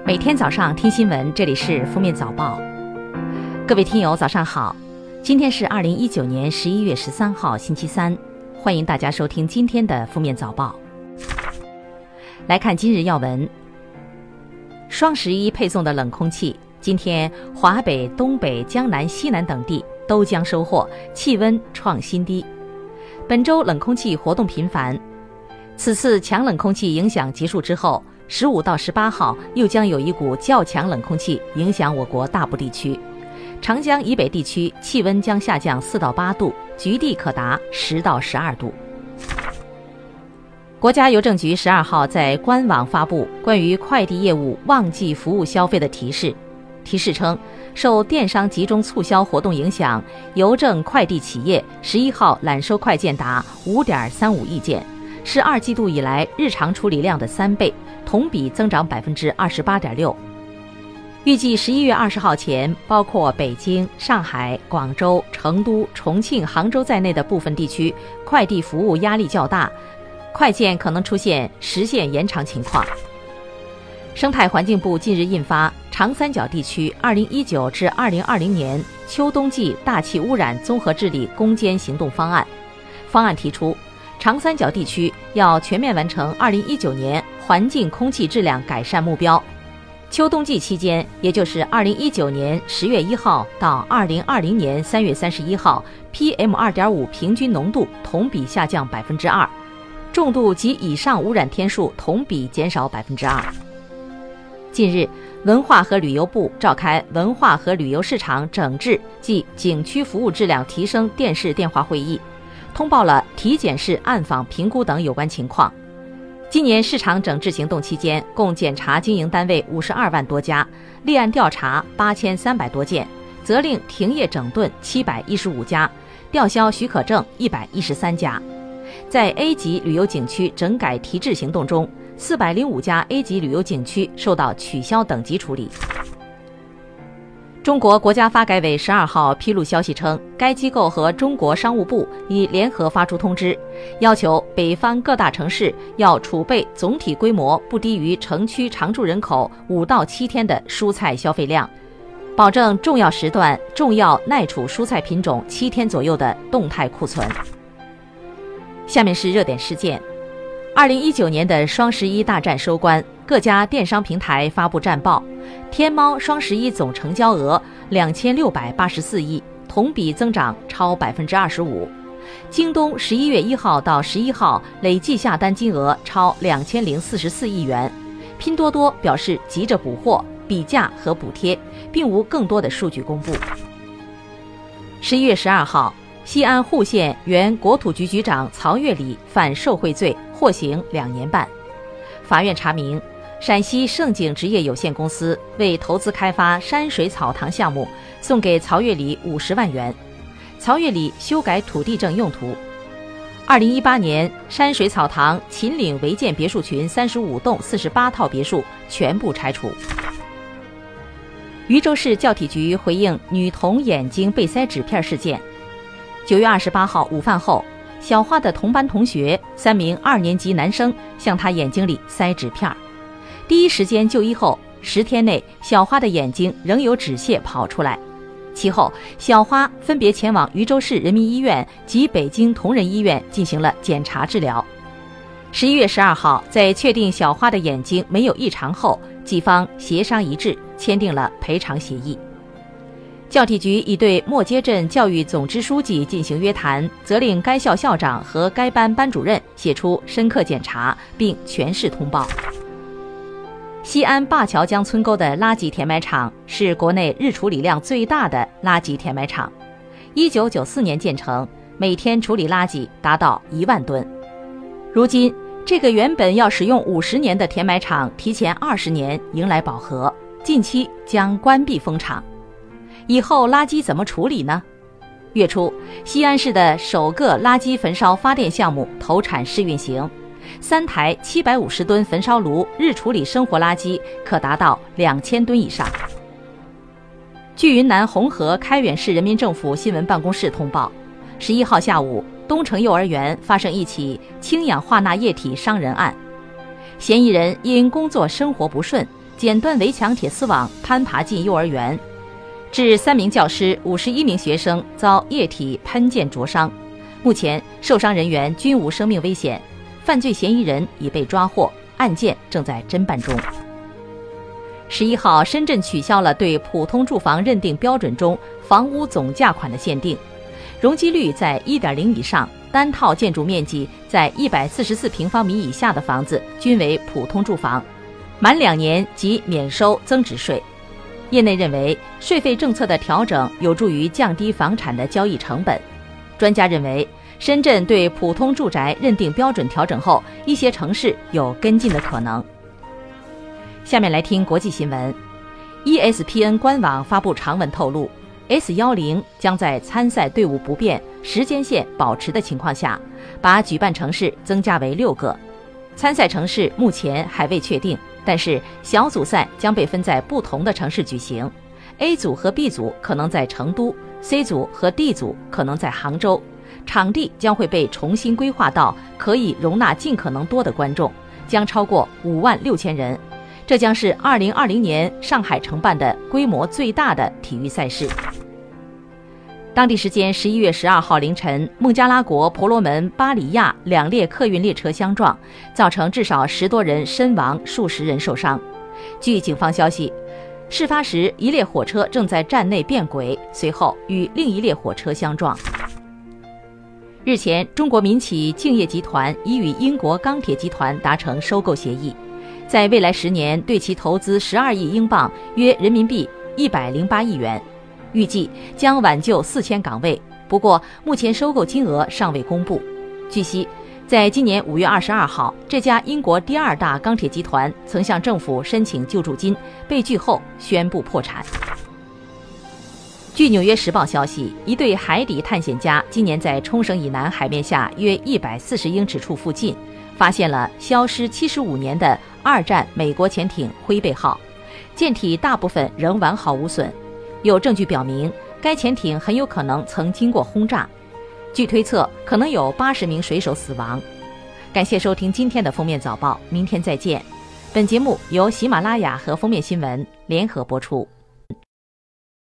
每天早上听新闻，这里是封面早报。各位听友早上好，今天是2019年11月13号星期三，欢迎大家收听今天的封面早报。来看今日要闻。双11配送的冷空气，今天华北、东北、江南、西南等地都将收获，气温创新低。本周冷空气活动频繁，此次强冷空气影响结束之后，15到18号又将有一股较强冷空气影响我国大部地区，长江以北地区气温将下降4到8度，局地可达10到12度。国家邮政局12号在官网发布关于快递业务旺季服务消费的提示。提示称，受电商集中促销活动影响，邮政快递企业11号揽收快件达 5.35 亿件，是2季度以来日常处理量的3倍，同比增长 28.6%。预计11月20号前，包括北京、上海、广州、成都、重庆、杭州在内的部分地区，快递服务压力较大，快件可能出现时限延长情况。生态环境部近日印发长三角地区2019至2020年秋冬季大气污染综合治理攻坚行动方案。方案提出，长三角地区要全面完成2019年环境空气质量改善目标。秋冬季期间，也就是2019年10月1号到2020年3月31号 ，PM2.5 平均浓度同比下降 2%， 重度及以上污染天数同比减少 2%。近日，文化和旅游部召开文化和旅游市场整治及景区服务质量提升电视电话会议，通报了体检式暗访评估等有关情况。今年市场整治行动期间，共检查经营单位52万多家，立案调查8300多件，责令停业整顿715家，吊销许可证113家。在 A 级旅游景区整改提质行动中，405家 A 级旅游景区受到取消等级处理。中国国家发改委12号披露消息称，该机构和中国商务部已联合发出通知，要求北方各大城市要储备总体规模不低于城区常住人口5到7天的蔬菜消费量，保证重要时段重要耐储蔬菜品种7天左右的动态库存。下面是热点事件。2019年的双11大战收官，各家电商平台发布战报。天猫双11总成交额2684亿，同比增长超 25%。京东11月1号到11号累计下单金额超2044亿元。拼多多表示急着补货、比价和补贴，并无更多的数据公布。11月12号，西安户县原国土局局长曹月礼犯受贿罪，获刑2年半。法院查明，陕西盛景职业有限公司为投资开发山水草堂项目，送给曹月礼50万元，曹月礼修改土地证用途。2018年，山水草堂秦岭违建别墅群35栋48套别墅全部拆除。禹州市教体局回应女童眼睛被塞纸片事件。9月28号午饭后，小花的同班同学3名2年级男生向她眼睛里塞纸片，第一时间就医后10天内，小花的眼睛仍有纸屑跑出来。其后，小花分别前往禹州市人民医院及北京同仁医院进行了检查治疗。11月12号，在确定小花的眼睛没有异常后，几方协商一致，签订了赔偿协议。教体局已对磨街镇教育总支书记进行约谈，责令该校校长和该班班主任写出深刻检查，并全市通报。西安灞桥江村沟的垃圾填埋场是国内日处理量最大的垃圾填埋场，1994年建成，每天处理垃圾达到1万吨。如今，这个原本要使用50年的填埋场提前20年迎来饱和，近期将关闭封场。以后垃圾怎么处理呢？月初，西安市的首个垃圾焚烧发电项目投产试运行，3台750吨焚烧炉日处理生活垃圾可达到2000吨以上。据云南红河开远市人民政府新闻办公室通报，11号下午，东城幼儿园发生一起氢氧化钠液体伤人案，嫌疑人因工作生活不顺， 剪断围墙铁丝网攀爬进幼儿园，致3名教师、51名学生遭液体喷溅灼伤。目前受伤人员均无生命危险，犯罪嫌疑人已被抓获，案件正在侦办中。11号，深圳取消了对普通住房认定标准中房屋总价款的限定，容积率在 1.0 以上，单套建筑面积在144平方米以下的房子均为普通住房，满2年即免收增值税。业内认为，税费政策的调整有助于降低房产的交易成本。专家认为，深圳对普通住宅认定标准调整后，一些城市有跟进的可能。下面来听国际新闻。ESPN 官网发布长文透露， S10 将在参赛队伍不变、时间线保持的情况下，把举办城市增加为6个。参赛城市目前还未确定，但是小组赛将被分在不同的城市举行。A 组和 B 组可能在成都， C 组和 D 组可能在杭州。场地将会被重新规划到可以容纳尽可能多的观众，将超过56000人。这将是2020年上海承办的规模最大的体育赛事。当地时间11月12号凌晨，孟加拉国婆罗门巴里亚2列客运列车相撞，造成至少10多人身亡，数十人受伤。据警方消息，事发时一列火车正在站内变轨，随后与另一列火车相撞。日前，中国民企敬业集团已与英国钢铁集团达成收购协议，在未来10年对其投资12亿英镑，约人民币108亿元，预计将挽救4000岗位。不过，目前收购金额尚未公布。据悉，在今年5月22号，这家英国第2大钢铁集团曾向政府申请救助金，被拒后宣布破产。据《纽约时报》消息，一对海底探险家今年在冲绳以南海面下约140英尺处附近，发现了消失75年的2战美国潜艇“灰背号”，舰体大部分仍完好无损。有证据表明，该潜艇很有可能曾经过轰炸。据推测，可能有80名水手死亡。感谢收听今天的封面早报，明天再见。本节目由喜马拉雅和封面新闻联合播出。